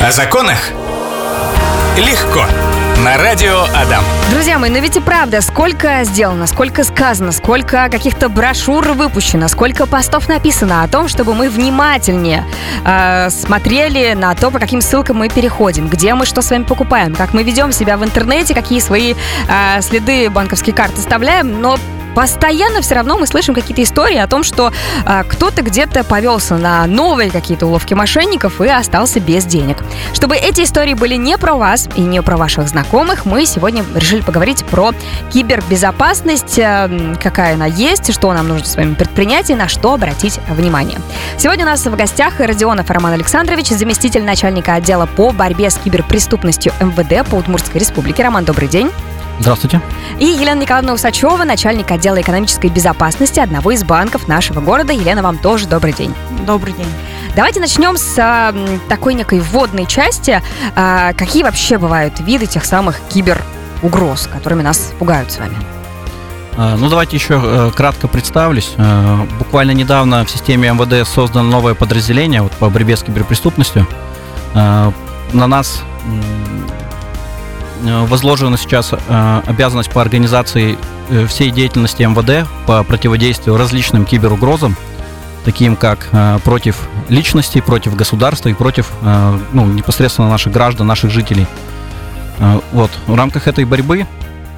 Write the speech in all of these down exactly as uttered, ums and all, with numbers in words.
О законах легко. На радио Адам. Друзья мои, но ведь и правда, сколько сделано, сколько сказано, сколько каких-то брошюр выпущено, сколько постов написано о том, чтобы мы внимательнее э, смотрели на то, по каким ссылкам мы переходим, где мы что с вами покупаем, как мы ведем себя в интернете, какие свои э, следы банковские карты оставляем, но постоянно все равно мы слышим какие-то истории о том, что а, кто-то где-то повелся на новые какие-то уловки мошенников и остался без денег. Чтобы эти истории были не про вас и не про ваших знакомых, мы сегодня решили поговорить про кибербезопасность, а, какая она есть, что нам нужно с вами предпринять и на что обратить внимание. Сегодня у нас в гостях Родионов Роман Александрович, заместитель начальника отдела по борьбе с киберпреступностью эм вэ дэ по Удмуртской республике. Роман, добрый день. Здравствуйте. И Елена Николаевна Усачева, начальник отдела экономической безопасности одного из банков нашего города. Елена, вам тоже добрый день. Добрый день. Давайте начнем с а, такой некой вводной части. А, какие вообще бывают виды тех самых киберугроз, которыми нас пугают с вами? А, ну, давайте еще э, кратко представлюсь. Э, буквально недавно в системе эм вэ дэ создано новое подразделение вот, по борьбе с киберпреступностью. Э, на нас возложена сейчас э, обязанность по организации э, всей деятельности эм вэ дэ по противодействию различным киберугрозам, таким как э, против личностей, против государства и против э, ну, непосредственно наших граждан, наших жителей. Э, вот. В рамках этой борьбы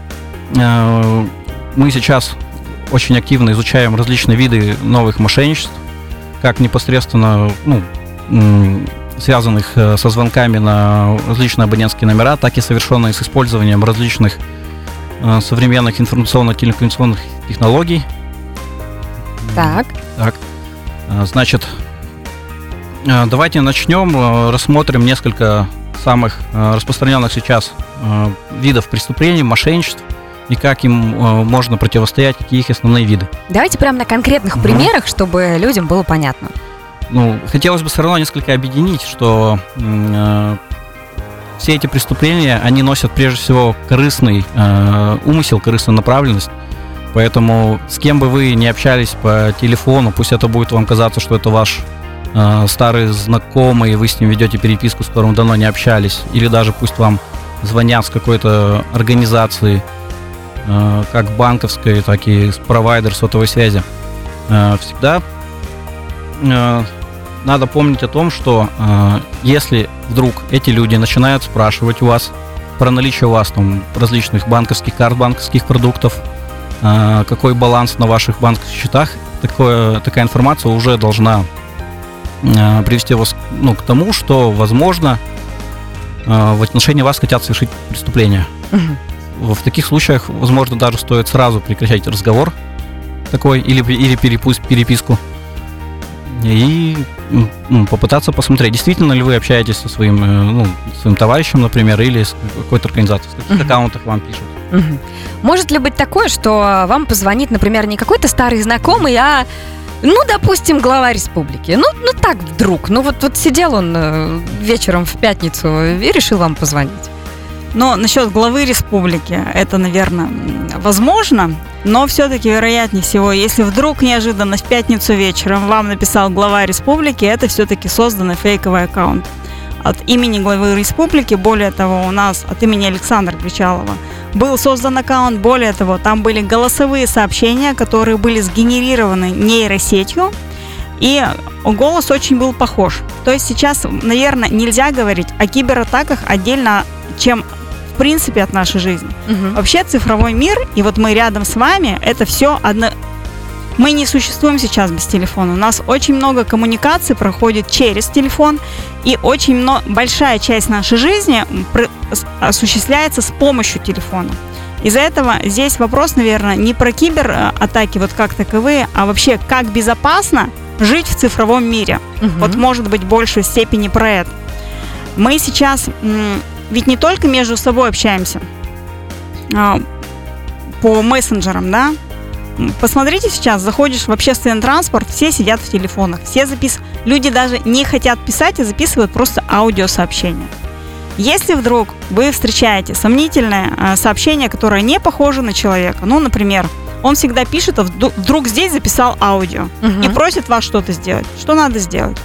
э, мы сейчас очень активно изучаем различные виды новых мошенничеств, как непосредственно ну, м- связанных со звонками на различные абонентские номера, так и совершенные с использованием различных э, современных информационно-телекоммуникационных технологий. Так. Так. Значит, э, давайте начнем, э, рассмотрим несколько самых э, распространенных сейчас э, видов преступлений, мошенничеств и как им э, можно противостоять, какие их основные виды. Давайте прямо на конкретных mm-hmm. примерах, чтобы людям было понятно. Ну, хотелось бы все равно несколько объединить, что э, все эти преступления, они носят прежде всего корыстный э, умысел, корыстную направленность. Поэтому с кем бы вы ни общались по телефону, пусть это будет вам казаться, что это ваш э, старый знакомый, вы с ним ведете переписку, с которым давно не общались, или даже пусть вам звонят с какой-то организации, э, как банковской, так и с провайдер сотовой связи. Э, всегда э, надо помнить о том, что э, если вдруг эти люди начинают спрашивать у вас про наличие у вас там различных банковских карт, банковских продуктов, э, какой баланс на ваших банковских счетах, такое, такая информация уже должна э, привести вас ну, к тому, что, возможно, э, в отношении вас хотят совершить преступление. Угу. В таких случаях, возможно, даже стоит сразу прекращать разговор такой или, или переписку. И ну, попытаться посмотреть, действительно ли вы общаетесь со своим, ну, своим товарищем, например, или с какой-то организацией, с каких uh-huh. аккаунтах вам пишут. Uh-huh. Может ли быть такое, что вам позвонит, например, не какой-то старый знакомый, а, ну, допустим, глава республики? Ну, ну так вдруг. Ну, вот, вот сидел он вечером в пятницу и решил вам позвонить. Но насчет главы республики, это, наверное, возможно, но все-таки вероятнее всего, если вдруг неожиданно в пятницу вечером вам написал глава республики, это все-таки созданный фейковый аккаунт. От имени главы республики, более того, у нас от имени Александра Кричалова был создан аккаунт, более того, там были голосовые сообщения, которые были сгенерированы нейросетью, и голос очень был похож. То есть сейчас, наверное, нельзя говорить о кибератаках отдельно, чем в принципе от нашей жизни. Угу. Вообще цифровой мир, и вот мы рядом с вами, это все одно. Мы не существуем сейчас без телефона. У нас очень много коммуникаций проходит через телефон, и очень много, большая часть нашей жизни осуществляется с помощью телефона. Из-за этого здесь вопрос, наверное, не про кибератаки вот как таковые, а вообще как безопасно жить в цифровом мире. Угу. Вот может быть в большей степени про это. Мы сейчас ведь не только между собой общаемся а, по мессенджерам, да? Посмотрите сейчас, заходишь в общественный транспорт, все сидят в телефонах, все записывают. Люди даже не хотят писать и записывают просто аудиосообщения. Если вдруг вы встречаете сомнительное а, сообщение, которое не похоже на человека, ну, например, он всегда пишет, а вдруг здесь записал аудио угу. и просит вас что-то сделать. Что надо сделать?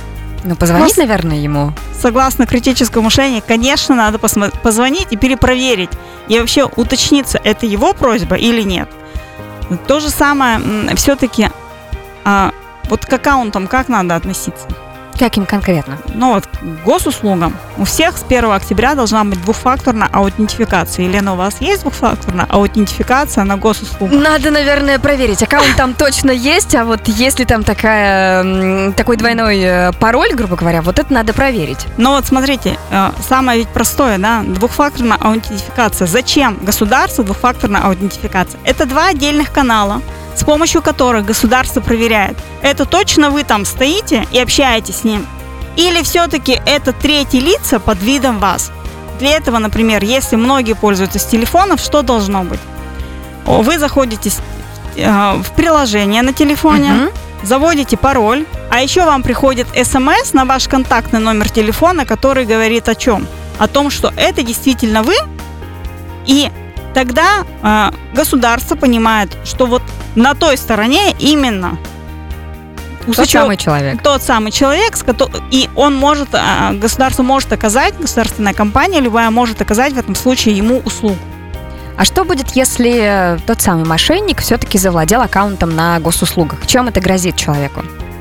Ну, позвонить, Ну, наверное, ему. Согласно критическому мышлению, конечно, надо посмо- позвонить и перепроверить. И вообще уточниться, это его просьба или нет. То же самое, все-таки, а, вот к аккаунтам как надо относиться? Каким конкретно? Ну вот, к госуслугам. У всех с первого октября должна быть двухфакторная аутентификация. Елена, у вас есть двухфакторная аутентификация на госуслугах? Надо, наверное, проверить. Аккаунт там точно есть, а вот если там такая, м, такой двойной э, пароль, грубо говоря, вот это надо проверить. Но вот смотрите, э, самое ведь простое, да, двухфакторная аутентификация. Зачем государству двухфакторная аутентификация? Это два отдельных канала, с помощью которых государство проверяет, это точно вы там стоите и общаетесь с ним, или все-таки это третьи лица под видом вас. Для этого, например, если многие пользуются с телефонов, что должно быть? О, Вы заходите с- э, в приложение на телефоне, Мгм. заводите пароль, а еще вам приходит смс на ваш контактный номер телефона, который говорит о чем? О том, что это действительно вы, и тогда э, государство понимает, что вот на той стороне именно Тот усачев- самый человек. тот самый человек, с кото- и он может, э, государство может оказать, государственная компания любая может оказать в этом случае ему услугу. А что будет, если тот самый мошенник все-таки завладел аккаунтом на госуслугах? Чем это грозит человеку?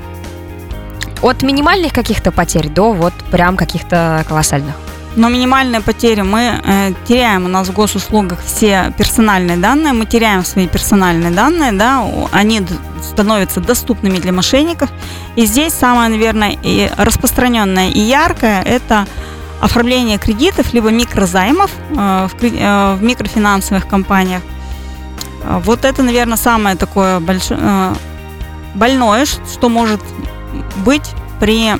От минимальных каких-то потерь до вот прям каких-то колоссальных. Но минимальные потери мы э, теряем у нас в госуслугах все персональные данные, мы теряем свои персональные данные, да, у- они д- становятся доступными для мошенников. И здесь самое, наверное, и распространенное и яркое – это оформление кредитов либо микрозаймов э, в, кре- э, в микрофинансовых компаниях. Э, Вот это, наверное, самое такое большое, э, больное, ш- что может быть при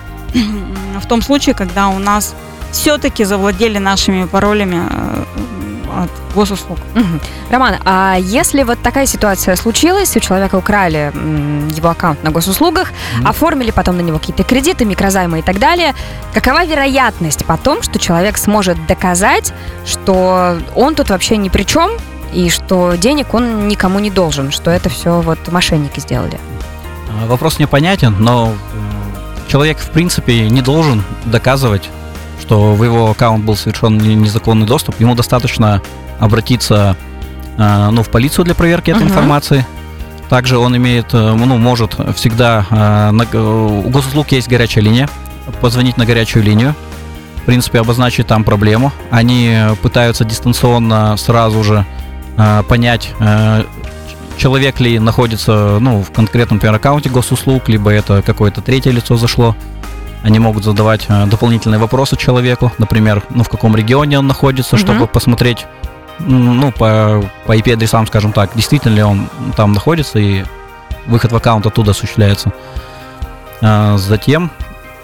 в том случае, когда у нас все-таки завладели нашими паролями э, от госуслуг. Мгм. Роман, а если вот такая ситуация случилась, у человека украли м, его аккаунт на госуслугах, Мгм. оформили потом на него какие-то кредиты, микрозаймы и так далее, какова вероятность потом, что человек сможет доказать, что он тут вообще ни при чем, и что денег он никому не должен, что это все вот мошенники сделали? А, Вопрос непонятен, но э, человек, в принципе, не должен доказывать, что в его аккаунт был совершен не- незаконный доступ. Ему достаточно обратиться э, ну, в полицию для проверки этой Мгм. информации. Также он имеет, э, ну, может всегда, э, на г- у госуслуг есть горячая линия, позвонить на горячую линию, в принципе, обозначить там проблему. Они пытаются дистанционно сразу же э, понять, э, человек ли находится, ну, в конкретном, например, аккаунте госуслуг, либо это какое-то третье лицо зашло. Они могут задавать э, дополнительные вопросы человеку, например, ну, в каком регионе он находится, Мгм. чтобы посмотреть, м, ну, по, по ай пи-адресам, скажем так, действительно ли он там находится и выход в аккаунт оттуда осуществляется. А, затем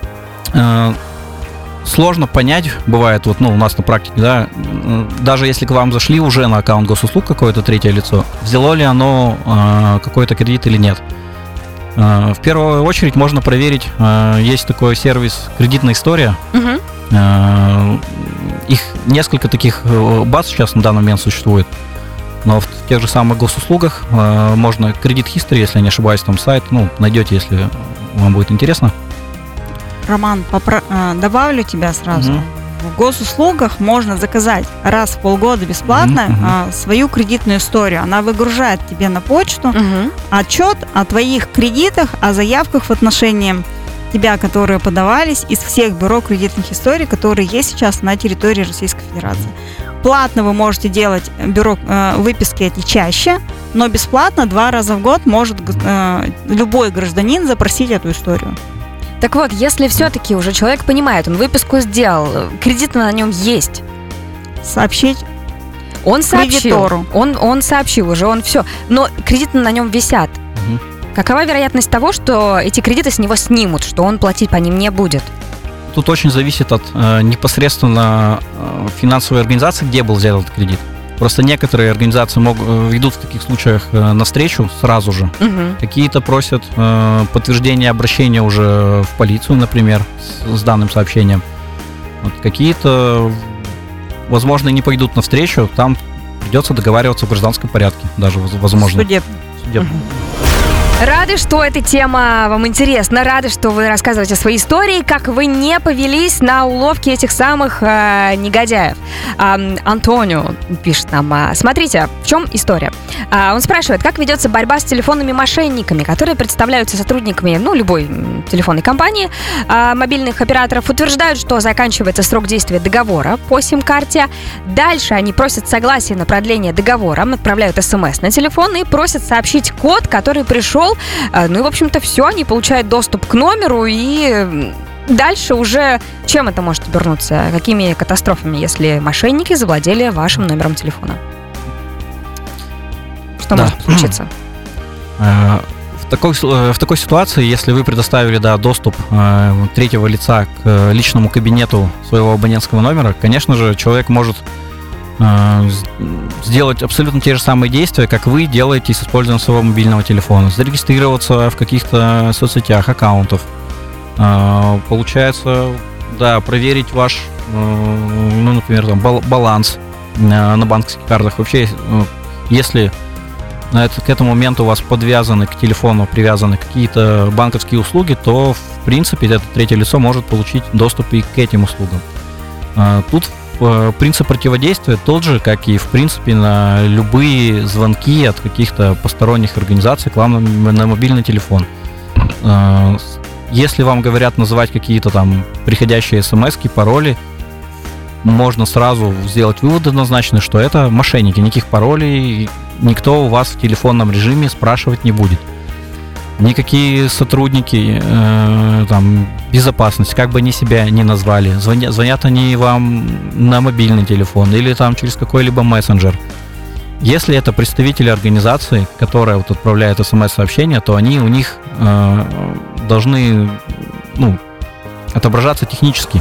э, сложно понять, бывает, вот, ну, у нас на практике, да, м, даже если к вам зашли уже на аккаунт госуслуг какое-то третье лицо, взяло ли оно э, какой-то кредит или нет. Э, В первую очередь можно проверить, э, есть такой сервис «Кредитная история». Мгм. Э, Их несколько таких э, баз сейчас на данный момент существует. Но в тех же самых госуслугах э, можно Credit History, если я не ошибаюсь, там сайт, ну, найдете, если вам будет интересно. Роман, попро- э, добавлю тебя сразу. Мгм. В госуслугах можно заказать раз в полгода бесплатно Мгм, мгм. э, свою кредитную историю. Она выгружает тебе на почту Мгм. отчет о твоих кредитах, о заявках в отношении тебя, которые подавались из всех бюро кредитных историй, которые есть сейчас на территории Российской Федерации. Платно вы можете делать бюро э, выписки эти чаще, но бесплатно два раза в год может э, любой гражданин запросить эту историю. Так вот, если все-таки уже человек понимает, он выписку сделал, кредит на нем есть, Сообщить он сообщил, кредитору. он, он сообщил уже, он все, но кредиты на нем висят. Мгм. Какова вероятность того, что эти кредиты с него снимут, что он платить по ним не будет? Тут очень зависит от э, непосредственно э, финансовой организации, где был взят этот кредит. Просто некоторые организации могут, э, идут в таких случаях э, навстречу сразу же. Мгм. Какие-то просят э, подтверждение обращения уже в полицию, например, с, с данным сообщением. Вот какие-то, возможно, и не пойдут навстречу, там придется договариваться в гражданском порядке, даже воз- возможно. Судеб. Судебном. Рады, что эта тема вам интересна, рады, что вы рассказываете свои истории, как вы не повелись на уловки этих самых э, негодяев. Э, Антонио пишет нам, э, смотрите, в чем история. Э, он спрашивает, как ведется борьба с телефонными мошенниками, которые представляются сотрудниками, ну, любой телефонной компании, э, мобильных операторов, утверждают, что заканчивается срок действия договора по сим-карте. Дальше они просят согласия на продление договора, отправляют смс на телефон и просят сообщить код, который пришел. Ну и, в общем-то, все, они получают доступ к номеру, и дальше уже чем это может обернуться? Какими катастрофами, если мошенники завладели вашим номером телефона? Что Да. может случиться? В такой, в такой ситуации, если вы предоставили, да, доступ э, третьего лица к личному кабинету своего абонентского номера, конечно же, человек может э, сделать абсолютно те же самые действия, как вы делаете с использованием своего мобильного телефона. Зарегистрироваться в каких-то соцсетях, аккаунтов. Э, получается, да, проверить ваш, э, ну, например, там, бал- баланс э, на банковских картах. Вообще, э, если на это, к этому моменту у вас подвязаны к телефону, привязаны какие-то банковские услуги, то, в принципе, это третье лицо может получить доступ и к этим услугам. Тут принцип противодействия тот же, как и, в принципе, на любые звонки от каких-то посторонних организаций к вам на, на мобильный телефон. Если вам говорят называть какие-то там приходящие смс-ки, пароли, можно сразу сделать вывод однозначный, что это мошенники, никаких паролей никто у вас в телефонном режиме спрашивать не будет. Никакие сотрудники э, там, безопасности, как бы они себя ни назвали, звонят, звонят они вам на мобильный телефон или там через какой-либо мессенджер. Если это представители организации, которая вот отправляет смс-сообщения, то они у них э, должны, ну, отображаться технически.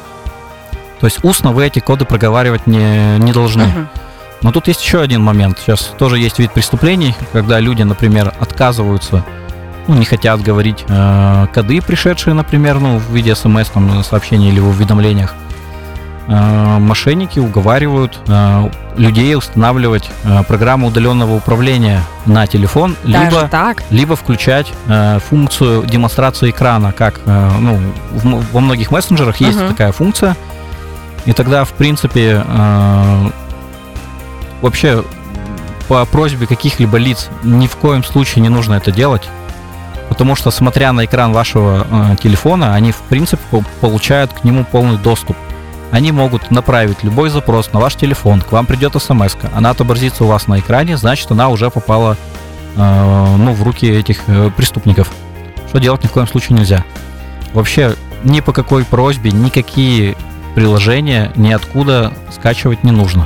То есть устно вы эти коды проговаривать не, не должны. Uh-huh. Но тут есть еще один момент. Сейчас тоже есть вид преступлений, когда люди, например, отказываются, ну, не хотят говорить э, коды, пришедшие, например, ну, в виде смс, там, сообщений или в уведомлениях. Э, мошенники уговаривают э, людей устанавливать э, программу удаленного управления на телефон, либо, либо включать э, функцию демонстрации экрана, как э, ну, в, во многих мессенджерах есть uh-huh. такая функция. И тогда, в принципе, э, вообще по просьбе каких-либо лиц ни в коем случае не нужно это делать, потому что, смотря на экран вашего э, телефона, они, в принципе, получают к нему полный доступ. Они могут направить любой запрос на ваш телефон, к вам придет смс-ка, она отобразится у вас на экране, значит, она уже попала э, ну, в руки этих э, преступников. Что делать ни в коем случае нельзя. Вообще, ни по какой просьбе, никакие приложения ниоткуда скачивать не нужно.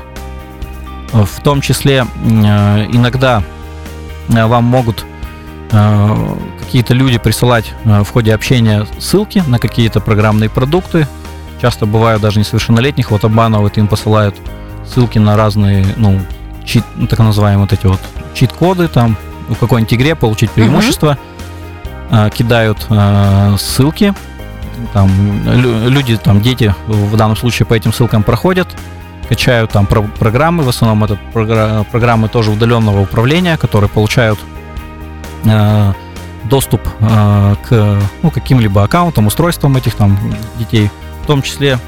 В том числе э, иногда э, вам могут э, какие-то люди присылать э, в ходе общения ссылки на какие-то программные продукты. Часто бывают даже несовершеннолетних, вот обманывают, им посылают ссылки на разные, ну, чит, так называемые вот эти вот чит-коды, там, в какой-нибудь игре получить преимущество, uh-huh. э, кидают э, ссылки, там, лю- люди, там, дети в данном случае по этим ссылкам проходят, качают там про- программы, в основном это програ- программы тоже удаленного управления, которые получают э, доступ э, к, ну, каким-либо аккаунтам, устройствам этих там детей. В том числе,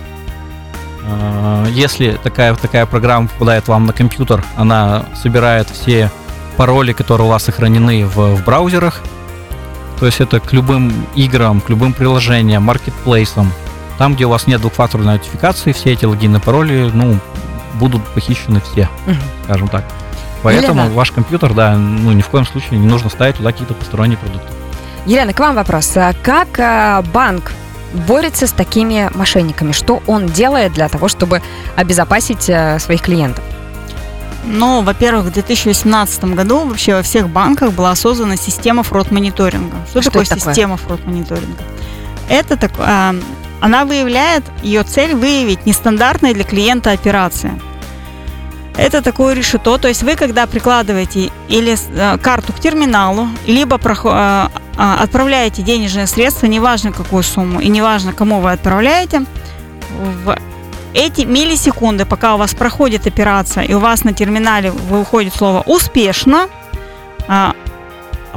э, если такая, такая программа попадает вам на компьютер, она собирает все пароли, которые у вас сохранены в, в браузерах. То есть это к любым играм, к любым приложениям, маркетплейсам. Там, где у вас нет двухфакторной аутентификации, все эти логины, пароли, ну, будут похищены все, uh-huh. скажем так. Поэтому Елена. Ваш компьютер, да, ну, ни в коем случае не нужно ставить туда какие-то посторонние продукты. Елена, к вам вопрос. Как банк борется с такими мошенниками? Что он делает для того, чтобы обезопасить своих клиентов? Ну, во-первых, в две тысячи восемнадцатом году вообще во всех банках была создана система фрод-мониторинга. Что, Что такое система фрод-мониторинга? Это так, а, она выявляет, ее цель выявить нестандартные для клиента операции. Это такое решето, то есть вы, когда прикладываете или карту к терминалу, либо проход, отправляете денежные средства, неважно какую сумму и неважно кому вы отправляете, в эти миллисекунды, пока у вас проходит операция и у вас на терминале выходит слово «успешно»,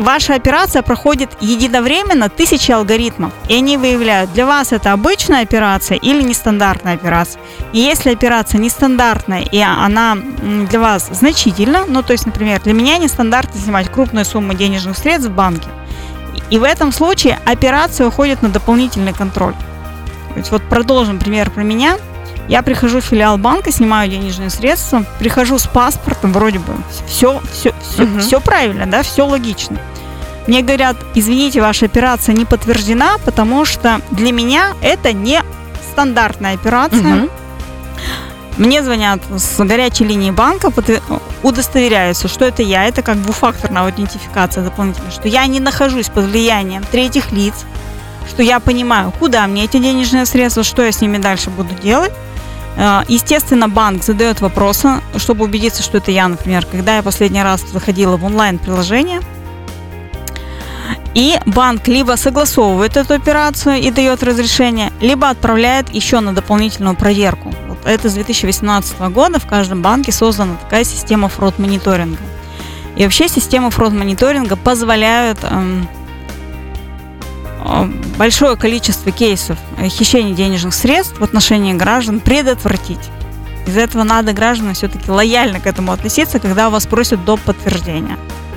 ваша операция проходит единовременно тысячи алгоритмов, и они выявляют, для вас это обычная операция или нестандартная операция. И если операция нестандартная, и она для вас значительна, ну, то есть, например, для меня нестандартно снимать крупную сумму денежных средств в банке, и в этом случае операция уходит на дополнительный контроль. То есть вот продолжим пример про меня. Я прихожу в филиал банка, снимаю денежные средства, прихожу с паспортом, вроде бы все, все, все, Мгм. все правильно, да, все логично. Мне говорят, извините, ваша операция не подтверждена, потому что для меня это не стандартная операция. Мгм. Мне звонят с горячей линии банка, подтвер- удостоверяются, что это я, это как двухфакторная аутентификация дополнительная, что я не нахожусь под влиянием третьих лиц, что я понимаю, куда мне эти денежные средства, что я с ними дальше буду делать. Э, Естественно, банк задает вопросы, чтобы убедиться, что это я, например, когда я последний раз заходила в онлайн-приложение, и банк либо согласовывает эту операцию и дает разрешение, либо отправляет еще на дополнительную проверку. Вот это с две тысячи восемнадцатого года в каждом банке создана такая система фрод-мониторинга. И вообще система фрод-мониторинга позволяет эм, э, большое количество кейсов э, хищения денежных средств в отношении граждан предотвратить. Из-за этого надо гражданам все-таки лояльно к этому относиться, когда вас просят доп. Подтверждения.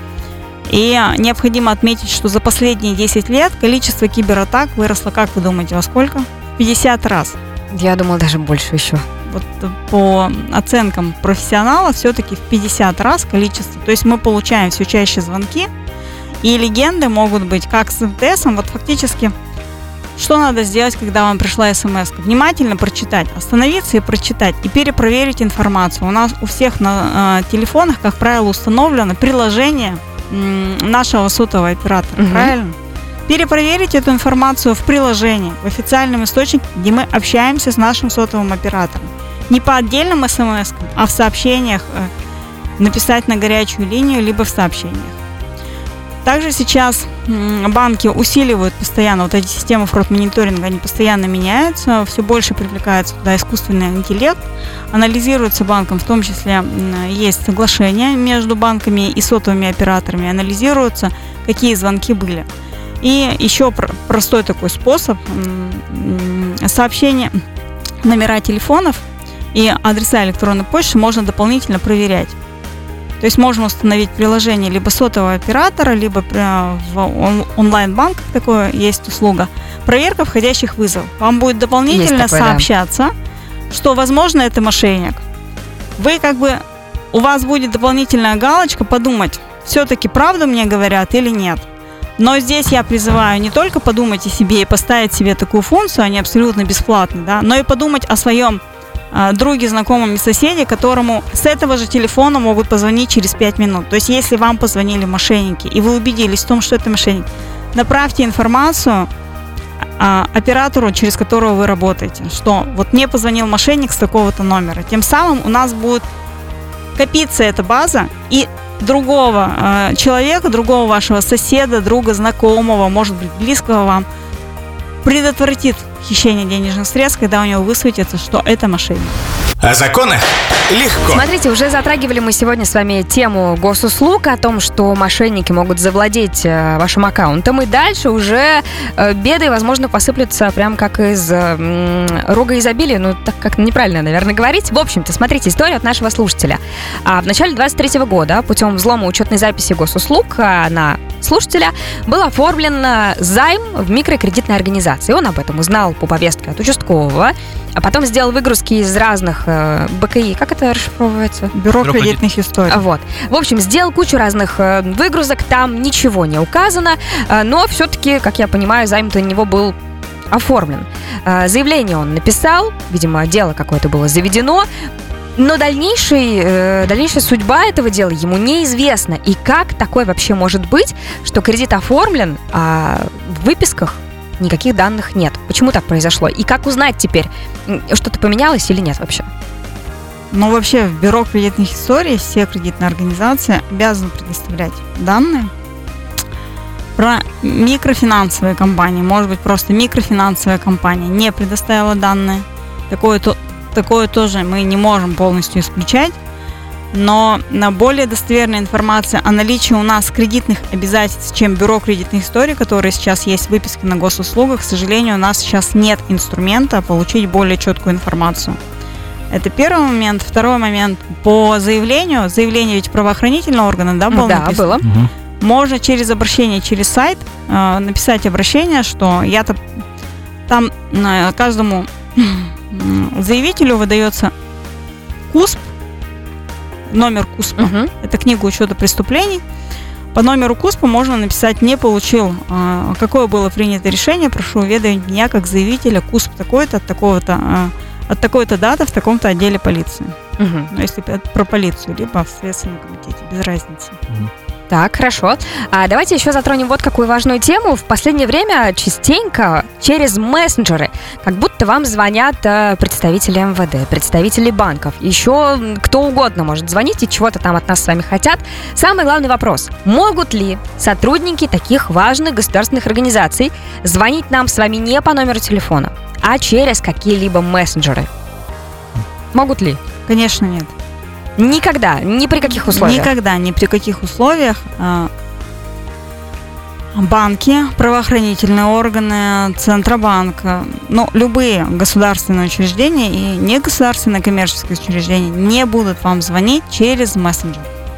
И необходимо отметить, что за последние десять лет количество кибератак выросло, как вы думаете, во сколько? В пятьдесят раз. Я думала, даже больше еще. Вот по оценкам профессионалов все-таки в пятьдесят раз количество. То есть мы получаем все чаще звонки, и легенды могут быть как с эм тэ эсом. Вот фактически, что надо сделать, когда вам пришла смс? Внимательно прочитать, остановиться и прочитать, и перепроверить информацию. У нас у всех на э, телефонах, как правило, установлено приложение м, нашего сотового оператора, Мгм. правильно? Перепроверить эту информацию в приложении, в официальном источнике, где мы общаемся с нашим сотовым оператором. Не по отдельным смс-кам, а в сообщениях, э, написать на горячую линию, либо в сообщениях. Также сейчас м, банки усиливают постоянно вот эти системы фрод-мониторинга, они постоянно меняются, все больше привлекается туда искусственный интеллект, анализируется банком, в том числе м, есть соглашения между банками и сотовыми операторами, анализируются, какие звонки были. И еще пр- простой такой способ м, м, сообщения, номера телефонов и адреса электронной почты можно дополнительно проверять. То есть можно установить приложение либо сотового оператора, либо пря- в он- онлайн-банках такое есть услуга. Проверка входящих вызовов. Вам будет дополнительно Есть такое, да. сообщаться, что, возможно, это мошенник. Вы как бы, у вас будет дополнительная галочка подумать, все-таки правду мне говорят или нет. Но здесь я призываю не только подумать о себе и поставить себе такую функцию, они абсолютно бесплатны, да, но и подумать о своем а, друге, знакомом и соседе, которому с этого же телефона могут позвонить через пять минут. То есть, если вам позвонили мошенники, и вы убедились в том, что это мошенник, направьте информацию а, оператору, через которого вы работаете, что вот мне позвонил мошенник с такого-то номера. Тем самым у нас будет копиться эта база, и другого э, человека, другого вашего соседа, друга, знакомого, может быть, близкого вам, предотвратит хищение денежных средств, когда у него высветится, что это мошенник. О законах легко. Смотрите, уже затрагивали мы сегодня с вами тему госуслуг, о том, что мошенники могут завладеть э, вашим аккаунтом, и дальше уже э, беды, возможно, посыплются прям как из э, м, рога изобилия, ну, так как неправильно, наверное, говорить. В общем-то, смотрите, история от нашего слушателя. А в начале двадцать третьего года путем взлома учетной записи госуслуг а, на слушателя был оформлен э, займ в микрокредитной организации. Он об этом узнал по повестке от участкового, а потом сделал выгрузки из разных э, бэ ка и. Как это расшифровывается? Бюро Бюро кредитных историй. А, Вот. В общем, сделал кучу разных э, выгрузок, там ничего не указано, э, но все-таки, как я понимаю, займ-то на него был оформлен. Э, заявление он написал, видимо, дело какое-то было заведено, но дальнейший, э, дальнейшая судьба этого дела ему неизвестна. И как такое вообще может быть, что кредит оформлен, а в выписках никаких данных нет? Почему так произошло? И как узнать теперь, м, что-то поменялось или нет вообще? Но вообще в Бюро кредитных историй все кредитные организации обязаны предоставлять данные про микрофинансовые компании. Может быть, просто микрофинансовая компания не предоставила данные. Такое, то, такое тоже мы не можем полностью исключать. но на более достоверная информация о наличии у нас кредитных обязательств, чем бюро кредитных историй, которые сейчас есть в выписке на госуслугах, к сожалению, у нас сейчас нет инструмента получить более четкую информацию. Это первый момент. Второй момент. По заявлению, заявление ведь правоохранительного органа, да, было Да, написано? было. Мгм. Можно через обращение, через сайт э, написать обращение, что я-то там э, каждому заявителю выдается КУСП, номер КУСПа. Мгм. Это книга учета преступлений. По номеру КУСПа можно написать: не получил, э, какое было принято решение, прошу уведомить меня как заявителя КУСП такой-то от такого-то э, от такой-то даты в таком-то отделе полиции. Мгм. Ну, если это про полицию, либо в Следственном комитете, без разницы. Так, хорошо. А давайте еще затронем вот какую важную тему. В последнее время частенько через мессенджеры как будто вам звонят э, представители эм вэ дэ, представители банков. Еще кто угодно может звонить и чего-то там от нас с вами хотят. Самый главный вопрос. Могут ли сотрудники таких важных государственных организаций звонить нам с вами не по номеру телефона, а через какие-либо мессенджеры? Могут ли? Конечно, нет. Никогда, ни при каких условиях. Никогда, ни при каких условиях а, банки, правоохранительные органы, Центробанк, а, ну, любые государственные учреждения и негосударственные коммерческие учреждения не будут вам звонить через мессенджер.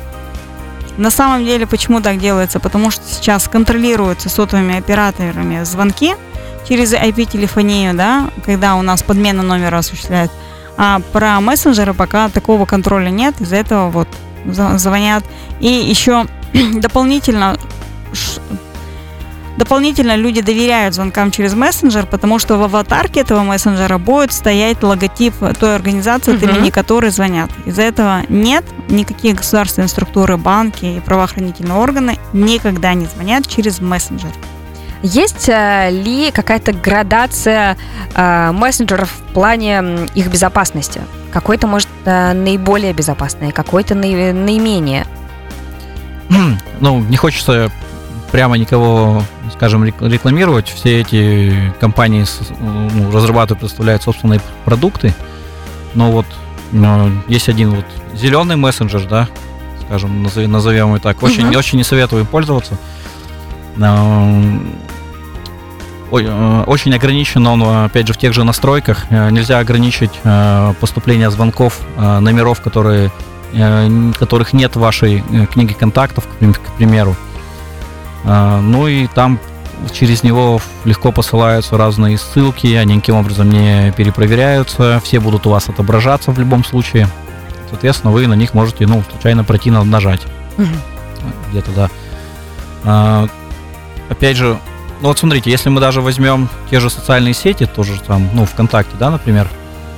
На самом деле, почему так делается? Потому что сейчас контролируются сотовыми операторами звонки через ай пи-телефонию, да, когда у нас подмена номера осуществляет. А про мессенджеры пока такого контроля нет, из-за этого вот звонят. И еще дополнительно, дополнительно люди доверяют звонкам через мессенджер, потому что в аватарке этого мессенджера будет стоять логотип той организации, от имени которой звонят. Из-за этого нет, никакие государственные структуры, банки и правоохранительные органы никогда не звонят через мессенджер. Есть э, ли какая-то градация э, мессенджеров в плане м, их безопасности? Какой-то, может, э, наиболее безопасный, какой-то наи- наименее? Ну, не хочется прямо никого, скажем, рек- рекламировать. Все эти компании с- ну, разрабатывают, представляют собственные продукты. Но вот ну, есть один вот зеленый мессенджер, да, скажем, назовем, назовем его так. Очень, Мгм. очень не советую им пользоваться. Но, ой, э, очень ограничен он, опять же, в тех же настройках. Э, Нельзя ограничить э, поступление звонков э, номеров, которые, э, которых нет в вашей э, книге контактов, к прим- к примеру. Э, Ну и там через него легко посылаются разные ссылки, они никаким образом не перепроверяются, все будут у вас отображаться в любом случае. Соответственно, вы на них можете, ну, случайно пройти на нажать. Мгм. Где-то, да. А, Опять же, ну вот смотрите, если мы даже возьмем те же социальные сети, тоже там, ну, ВКонтакте, да, например,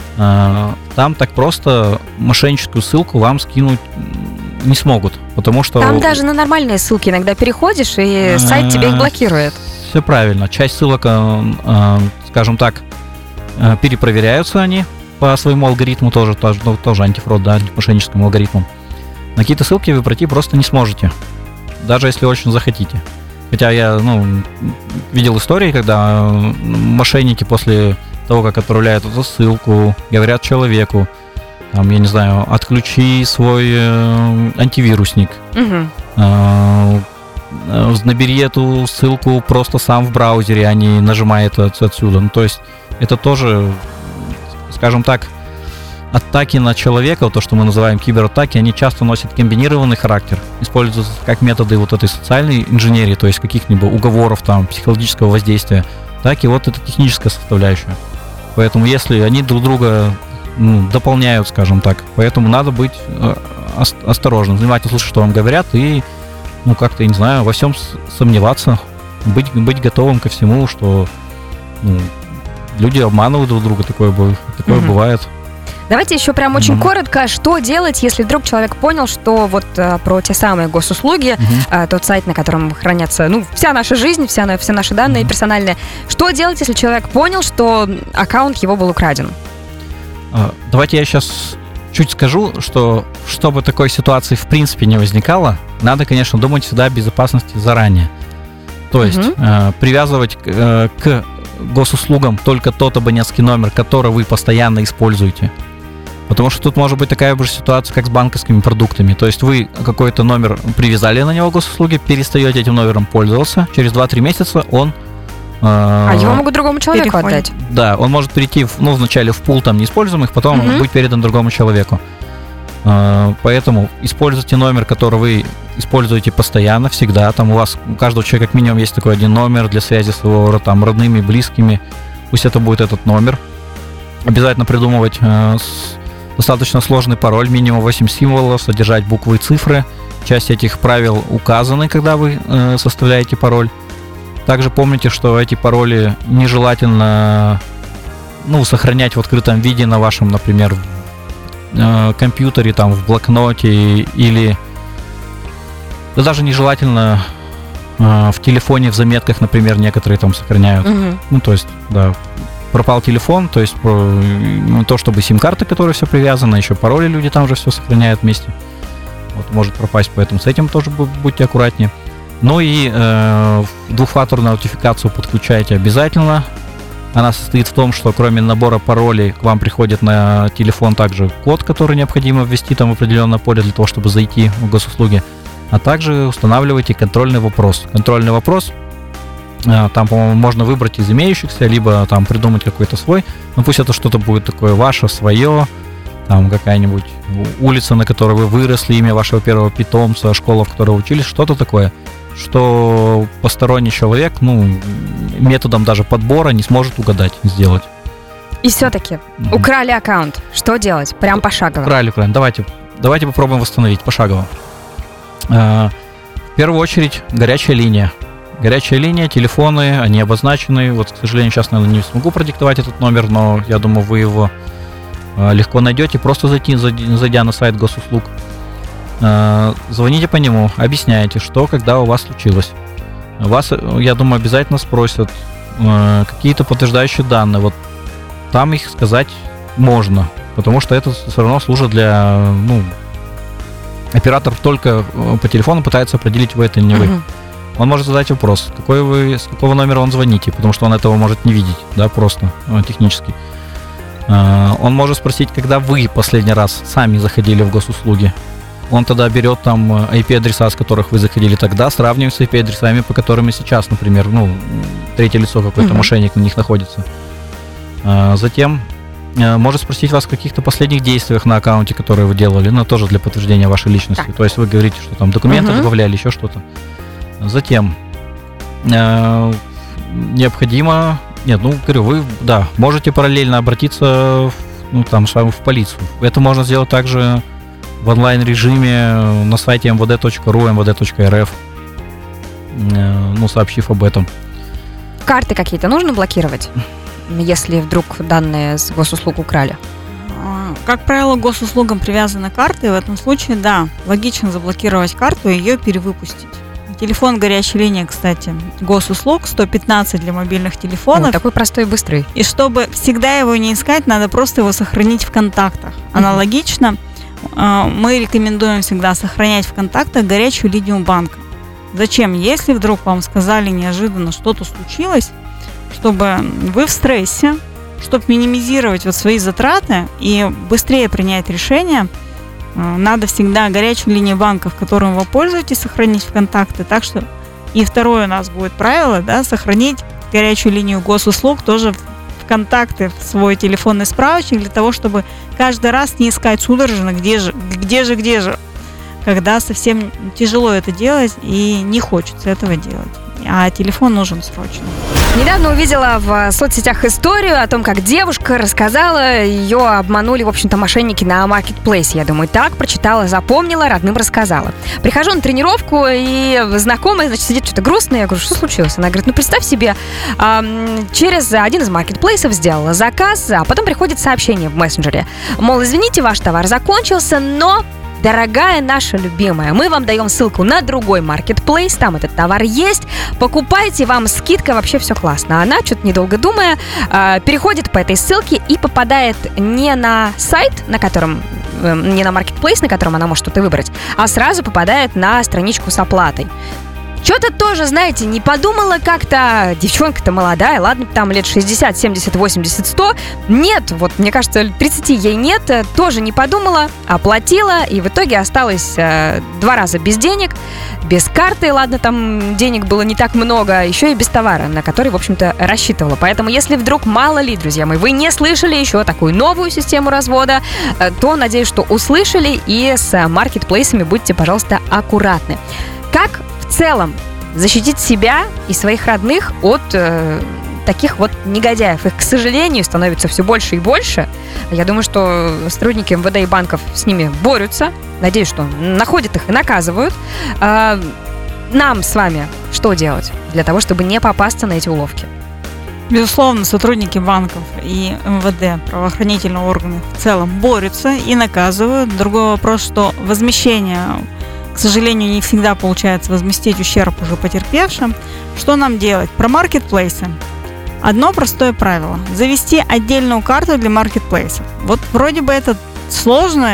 а, там так просто мошенническую ссылку вам скинуть не смогут, потому что... Там даже на нормальные ссылки иногда переходишь, и сайт тебе их блокирует. Все правильно. Часть ссылок, э, э, скажем так, э, перепроверяются они по своему алгоритму, тоже, тоже, ну, тоже антифрод, да, мошенническому алгоритму. На какие-то ссылки вы пройти просто не сможете, даже если очень захотите. Хотя я, ну, видел истории, когда мошенники после того, как отправляют эту ссылку, говорят человеку, там, я не знаю, отключи свой э, антивирусник, Мгм. э, э, набери эту ссылку просто сам в браузере, а не нажимай это от- отсюда. Ну, то есть это тоже, скажем так, атаки на человека, то, что мы называем кибератаки, они часто носят комбинированный характер, используются как методы вот этой социальной инженерии, то есть каких-либо уговоров, там, психологического воздействия, так и вот эта техническая составляющая. Поэтому если они друг друга, ну, дополняют, скажем так, поэтому надо быть э, ос- осторожным, внимательно слушать, что вам говорят, и, ну, как-то, я не знаю, во всем с- сомневаться, быть, быть готовым ко всему, что, ну, люди обманывают друг друга, такое, бы- такое Мгм. бывает. Давайте еще прям очень Мгм. коротко, что делать, если вдруг человек понял, что вот э, про те самые госуслуги, Мгм. э, тот сайт, на котором хранятся, ну, вся наша жизнь, вся, на- все наши данные Мгм. персональные. Что делать, если человек понял, что аккаунт его был украден? А, Давайте я сейчас чуть скажу, что чтобы такой ситуации в принципе не возникало, надо, конечно, думать всегда о безопасности заранее. То есть Мгм. э, привязывать к, э, к госуслугам только тот абонентский номер, который вы постоянно используете. Потому что тут может быть такая же ситуация, как с банковскими продуктами. То есть вы какой-то номер привязали на него госуслуги, перестаете этим номером пользоваться, через два-три месяца он... Э, а его могут другому человеку переходит. отдать? Да, он может перейти, в, ну, вначале в пул там неиспользуемых, потом Мгм. быть передан другому человеку. Э, поэтому используйте номер, который вы используете постоянно, всегда. Там у вас, у каждого человека как минимум есть такой один номер для связи с его там, родными, близкими. Пусть это будет этот номер. Обязательно придумывать э, с, достаточно сложный пароль, минимум восемь символов, содержать буквы и цифры. Часть этих правил указаны, когда вы э, составляете пароль. Также помните, что эти пароли нежелательно, ну, сохранять в открытом виде на вашем, например, э, компьютере, там, в блокноте или... Да даже нежелательно э, в телефоне, в заметках, например, некоторые там сохраняют. Мгм. Ну, то есть, да, пропал телефон, то есть не то чтобы сим-карта, к которой все привязано, еще пароли люди там же все сохраняют вместе. Вот, может пропасть, поэтому с этим тоже будьте аккуратнее. Ну и э, двухфакторную аутентификацию подключайте обязательно. Она состоит в том, что кроме набора паролей к вам приходит на телефон также код, который необходимо ввести там в определенное поле для того, чтобы зайти в госуслуги. А также устанавливайте контрольный вопрос. Контрольный вопрос там, по-моему, можно выбрать из имеющихся, либо там придумать какой-то свой. Но пусть это что-то будет такое ваше, свое. Там какая-нибудь улица, на которой вы выросли, имя вашего первого питомца, школа, в которой вы учились, что-то такое, что посторонний человек, ну, методом даже подбора не сможет угадать, сделать. И все-таки Мгм. украли аккаунт. Что делать? Прям пошагово. Украли, украли. Давайте, давайте попробуем восстановить пошагово. Э, В первую очередь горячая линия. Горячая линия, телефоны, они обозначены. Вот, к сожалению, сейчас, наверное, не смогу продиктовать этот номер, но я думаю, вы его э, легко найдете. Просто зайти, зайди- зайдя на сайт госуслуг, э, звоните по нему, объясняете, что, когда у вас случилось. Вас, э, я думаю, обязательно спросят э, какие-то подтверждающие данные. Вот там их сказать можно, потому что это все равно служит для, ну, оператор только э, по телефону пытается определить, вы это или не вы. Мгм. Он может задать вопрос, какой вы, с какого номера он звоните, потому что он этого может не видеть, да, просто э, технически. Э, Он может спросить, когда вы последний раз сами заходили в госуслуги. Он тогда берет там э, ай пи-адреса, с которых вы заходили тогда, сравнивает с ай пи-адресами, по которым и сейчас, например, ну, третье лицо какой-то, Мгм. мошенник на них находится. Э, Затем э, может спросить вас о каких-то последних действиях на аккаунте, которые вы делали, но тоже для подтверждения вашей личности. Так. То есть вы говорите, что там документы Мгм. добавляли, еще что-то. Затем э, необходимо, нет, ну, говорю, вы, да, можете параллельно обратиться, в, ну, там, с вами в полицию. Это можно сделать также в онлайн-режиме на сайте эм вэ дэ точка ру, эм вэ дэ точка эр эф, э, ну, сообщив об этом. Карты какие-то нужно блокировать, если вдруг данные с госуслуг украли? А, Как правило, к госуслугам привязаны карты. В этом случае, да, логично заблокировать карту и ее перевыпустить. Телефон горячей линии, кстати, госуслуг сто пятнадцать для мобильных О, телефонов. такой простой и быстрый. И чтобы всегда его не искать, надо просто его сохранить в контактах. Аналогично, э, мы рекомендуем всегда сохранять в контактах горячую линию банка. Зачем? Если вдруг вам сказали неожиданно что-то случилось, чтобы вы в стрессе, чтобы минимизировать вот свои затраты и быстрее принять решение, э, надо всегда горячую линию банка, в которой вы пользуетесь, сохранить в контакты. Так что и второе у нас будет правило, да, сохранить горячую линию госуслуг тоже в в контакты, в свой телефонный справочник, для того, чтобы каждый раз не искать судорожно, где же, где же, где же, когда совсем тяжело это делать и не хочется этого делать. А телефон нужен срочно. Недавно увидела в соцсетях историю о том, как девушка рассказала, ее обманули, в общем-то, мошенники на Marketplace. Я думаю, так, прочитала, запомнила, родным рассказала. Прихожу на тренировку, и знакомая, значит, сидит что-то грустное. Я говорю, что случилось? Она говорит, ну, представь себе, эм, через один из маркетплейсов сделала заказ, а потом приходит сообщение в мессенджере. Мол, извините, ваш товар закончился, но... Дорогая наша любимая, мы вам даем ссылку на другой маркетплейс, там этот товар есть, покупайте, вам скидка, вообще все классно. Она, что-то недолго думая, э, переходит по этой ссылке и попадает не на сайт, на котором, э, не на маркетплейс, на котором она может что-то выбрать, а сразу попадает на страничку с оплатой. Что-то тоже, знаете, не подумала как-то, девчонка-то молодая, ладно, там лет шестьдесят, семьдесят, восемьдесят, сто. Нет, вот, мне кажется, тридцати ей нет, тоже не подумала, оплатила, и в итоге осталась э, два раза без денег, без карты, ладно, там денег было не так много, еще и без товара, на который, в общем-то, рассчитывала. Поэтому, если вдруг, мало ли, друзья мои, вы не слышали еще такую новую систему развода, э, то, надеюсь, что услышали, и с маркетплейсами будьте, пожалуйста, аккуратны. Как в целом защитить себя и своих родных от э, таких вот негодяев? Их, к сожалению, становится все больше и больше. Я думаю, что сотрудники эм вэ дэ и банков с ними борются. Надеюсь, что находят их и наказывают. А, нам с вами что делать для того, чтобы не попасться на эти уловки? Безусловно, сотрудники банков и эм вэ дэ, правоохранительные органы в целом борются и наказывают. Другой вопрос, что возмещение, к сожалению, не всегда получается возместить ущерб уже потерпевшим. Что нам делать? Про маркетплейсы. Одно простое правило. Завести отдельную карту для маркетплейсов. Вот вроде бы это сложно,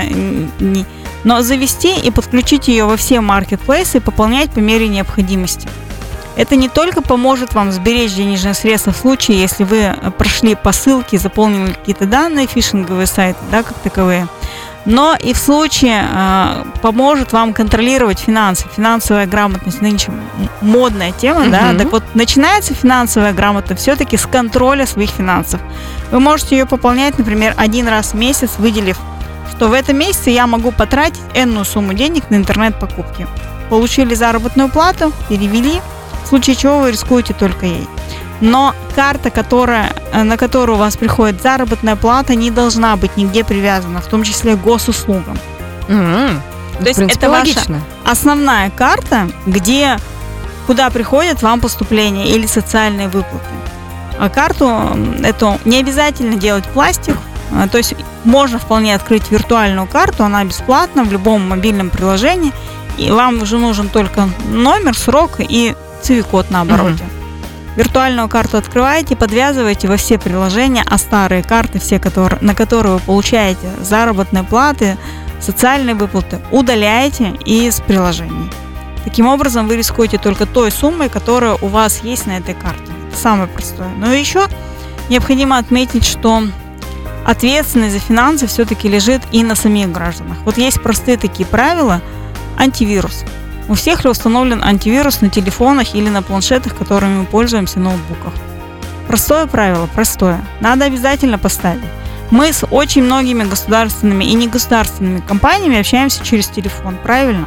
но завести и подключить ее во все маркетплейсы и пополнять по мере необходимости. Это не только поможет вам сберечь денежные средства в случае, если вы прошли по ссылке, заполнили какие-то данные, фишинговые сайты, да, как таковые, но и в случае э, поможет вам контролировать финансы. Финансовая грамотность нынче модная тема, mm-hmm. да, так вот начинается финансовая грамотность все-таки с контроля своих финансов. Вы можете ее пополнять, например, один раз в месяц, выделив, что в этом месяце я могу потратить энную сумму денег на интернет-покупки. Получили заработную плату, перевели, в случае чего вы рискуете только ей. Но карта, которая, на которую у вас приходит заработная плата, не должна быть нигде привязана, в том числе к госуслугам. Mm-hmm. То есть это логично. Ваша основная карта, где, куда приходят вам поступления или социальные выплаты. А карту эту не обязательно делать пластик. То есть можно вполне открыть виртуальную карту, она бесплатна в любом мобильном приложении. И вам уже нужен только номер, срок и цивик-код на обороте. Mm-hmm. Виртуальную карту открываете, подвязываете во все приложения, а старые карты, все, которые, на которые вы получаете заработные платы, социальные выплаты, удаляете из приложений. Таким образом, вы рискуете только той суммой, которая у вас есть на этой карте. Это самое простое. Но еще необходимо отметить, что ответственность за финансы все-таки лежит и на самих гражданах. Вот есть простые такие правила. Антивирус. У всех ли установлен антивирус на телефонах или на планшетах, которыми мы пользуемся, ноутбуках? Простое правило, простое. Надо обязательно поставить. Мы с очень многими государственными и негосударственными компаниями общаемся через телефон, правильно?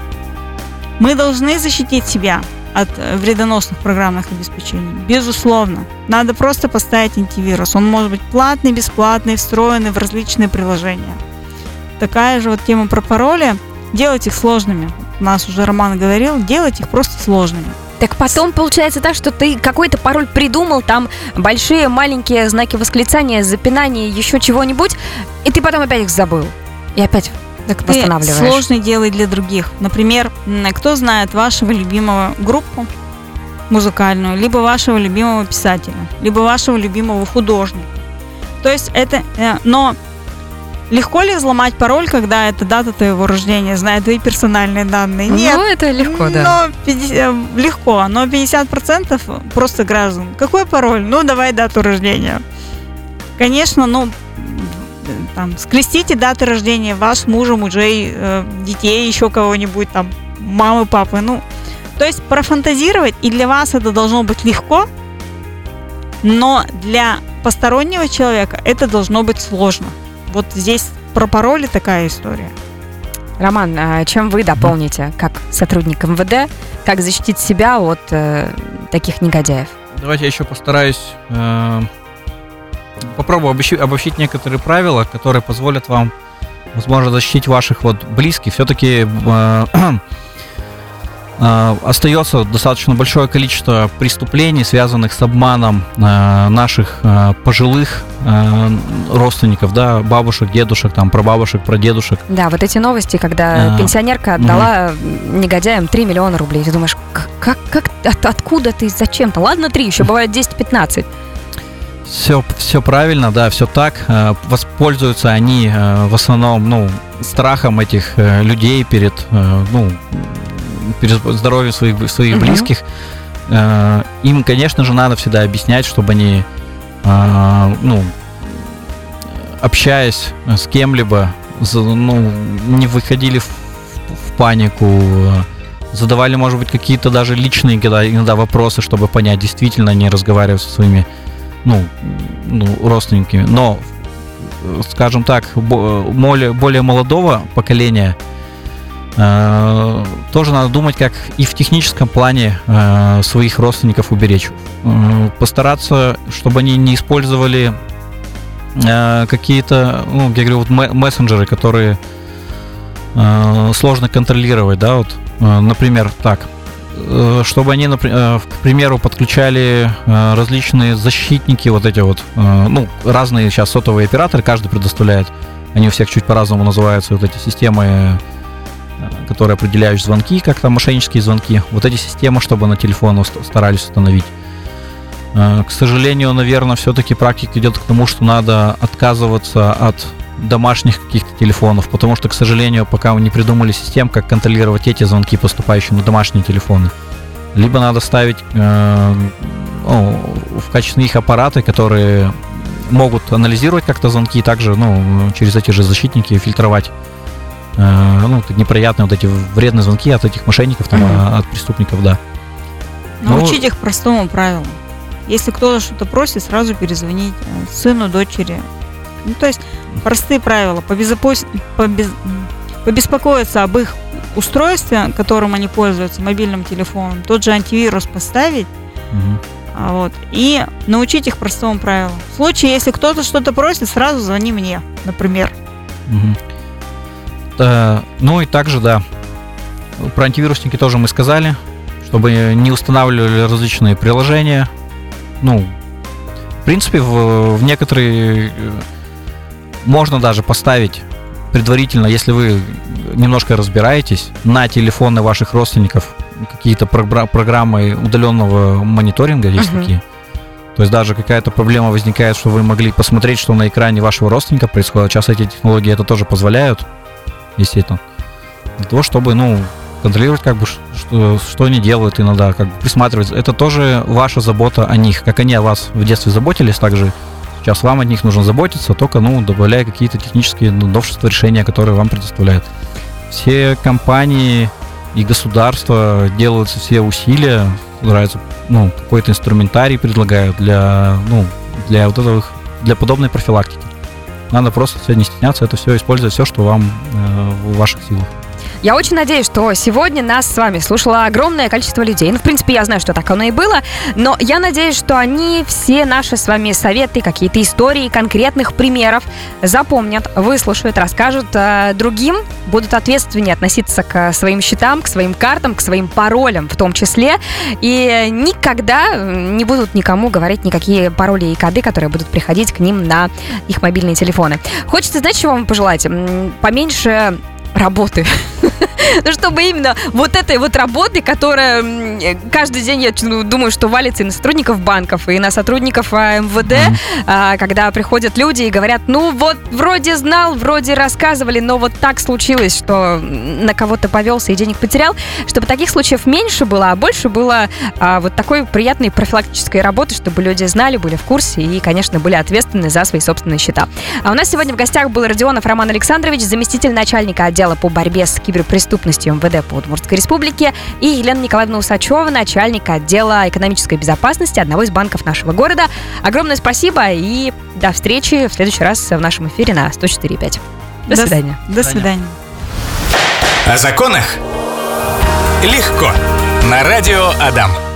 Мы должны защитить себя от вредоносных программных обеспечений. Безусловно. Надо просто поставить антивирус. Он может быть платный, бесплатный, встроенный в различные приложения. Такая же вот тема про пароли. Делать их сложными. У нас уже Роман говорил, делать их просто сложными. Так потом получается так, что ты какой-то пароль придумал, там большие, маленькие знаки восклицания, запинания, еще чего-нибудь, и ты потом опять их забыл. И опять так восстанавливаешь. Ты сложный делай для других. Например, кто знает вашего любимого группу музыкальную, либо вашего любимого писателя, либо вашего любимого художника. То есть это... Но легко ли взломать пароль, когда это дата твоего рождения, знает твои персональные данные? Нет. Ну, это легко, да. Но пятьдесят, легко, но пятьдесят процентов просто граждан. Какой пароль? Ну, давай дату рождения. Конечно, ну, там, скрестите даты рождения вас, мужа, мужей, э, детей, еще кого-нибудь, там, мамы, папы. Ну, то есть профантазировать, и для вас это должно быть легко, но для постороннего человека это должно быть сложно. Вот здесь про пароли такая история. Роман, а чем вы дополните, как сотрудник эм вэ дэ, как защитить себя от э, таких негодяев? Давайте я еще постараюсь э, попробую обобщить, обобщить некоторые правила, которые позволят вам, возможно, защитить ваших вот близких. Все-таки э, э, остается достаточно большое количество преступлений, связанных с обманом э, наших э, пожилых э, родственников, да, бабушек, дедушек, там, прабабушек, прадедушек. Да, вот эти новости, когда а, пенсионерка отдала угу. негодяям три миллиона рублей. Ты думаешь, как, как, от, откуда ты, зачем-то? Ладно, три, еще бывает десять-пятнадцать. Все, все правильно, да, все так. Воспользуются они в основном, ну, страхом этих людей перед, ну, здоровьем своих, своих Мгм. близких. Э, Им, конечно же, надо всегда объяснять, чтобы они, э, ну, общаясь с кем-либо, за- ну, не выходили в, в панику, э, задавали, может быть, какие-то даже личные иногда, иногда вопросы, чтобы понять, действительно они разговаривают со своими, ну, ну, родственниками. Но, э, скажем так, бо- более, более молодого поколения э, тоже надо думать, как и в техническом плане э, своих родственников уберечь. Э, постараться, чтобы они не использовали э, какие-то, ну, я говорю, вот ме- мессенджеры, которые э, сложно контролировать, да, вот, э, например, так, э, чтобы они, напри- э, к примеру, подключали э, различные защитники, вот эти вот, э, ну, разные сейчас сотовые операторы, каждый предоставляет, они у всех чуть по-разному называются, вот эти системы, э, которые определяют звонки, как там мошеннические звонки, вот эти системы, чтобы на телефон уст- старались установить. Э, К сожалению, наверное, все-таки практика идет к тому, что надо отказываться от домашних каких-то телефонов, потому что, к сожалению, пока мы не придумали систем, как контролировать эти звонки, поступающие на домашние телефоны. Либо надо ставить э, ну, в качестве их аппараты, которые могут анализировать как-то звонки, и также, ну, через эти же защитники фильтровать э, ну, неприятные вот эти вредные звонки от этих мошенников, там, Мгм. от преступников, да. Ну, Научить их простому правилу. Если кто-то что-то просит, сразу перезвонить э, сыну, дочери. Ну, то есть простые правила. Побезопос- побез- Побеспокоиться об их устройстве, которым они пользуются, мобильным телефоном, тот же антивирус поставить, Мгм. а, вот, и научить их простому правилу. В случае, если кто-то что-то просит, сразу звони мне, например. Мгм. Э, Ну и также, да, про антивирусники тоже мы сказали, чтобы не устанавливали различные приложения. Ну, в принципе, в, в некоторые э, можно даже поставить предварительно, если вы немножко разбираетесь, на телефоны ваших родственников какие-то програ- программы удаленного мониторинга есть Мгм. такие. То есть даже какая-то проблема возникает, что вы могли посмотреть, что на экране вашего родственника происходит. Сейчас эти технологии это тоже позволяют, естественно. Для того, чтобы, ну, контролировать, как бы, ш- что, что они делают иногда, как бы присматривать. Это тоже ваша забота о них. Как они о вас в детстве заботились, так же сейчас вам от них нужно заботиться, только, ну, добавляя какие-то технические, ну, новшества, решения, которые вам предоставляют. Все компании и государства делают все усилия, стараются, ну, какой-то инструментарий предлагают для, ну, для вот этого, для подобной профилактики. Надо просто все не стесняться, это все использовать, все, что вам э, в ваших силах. Я очень надеюсь, что сегодня нас с вами слушало огромное количество людей. Ну, в принципе, я знаю, что так оно и было, но я надеюсь, что они все наши с вами советы, какие-то истории конкретных примеров запомнят, выслушают, расскажут э, другим, будут ответственнее относиться к своим счетам, к своим картам, к своим паролям в том числе, и никогда не будут никому говорить никакие пароли и коды, которые будут приходить к ним на их мобильные телефоны. Хочется, знаете, чего вам пожелать? М, Поменьше работы. Ну, чтобы именно вот этой вот работы, которая м, каждый день, я ну, думаю, что валится и на сотрудников банков, и на сотрудников а, эм вэ дэ, Мгм. а, когда приходят люди и говорят, ну вот вроде знал, вроде рассказывали, но вот так случилось, что на кого-то повелся и денег потерял, чтобы таких случаев меньше было, а больше было а, вот такой приятной профилактической работы, чтобы люди знали, были в курсе и, конечно, были ответственны за свои собственные счета. А у нас сегодня в гостях был Родионов Роман Александрович, заместитель начальника отдела по борьбе с киберпреступностью эм вэ дэ по Удмуртской республике, и Елена Николаевна Усачева, начальник отдела экономической безопасности одного из банков нашего города. Огромное спасибо и до встречи в следующий раз в нашем эфире на сто четыре и пять. До До с- свидания. До свидания. О законах легко. На радио Адам.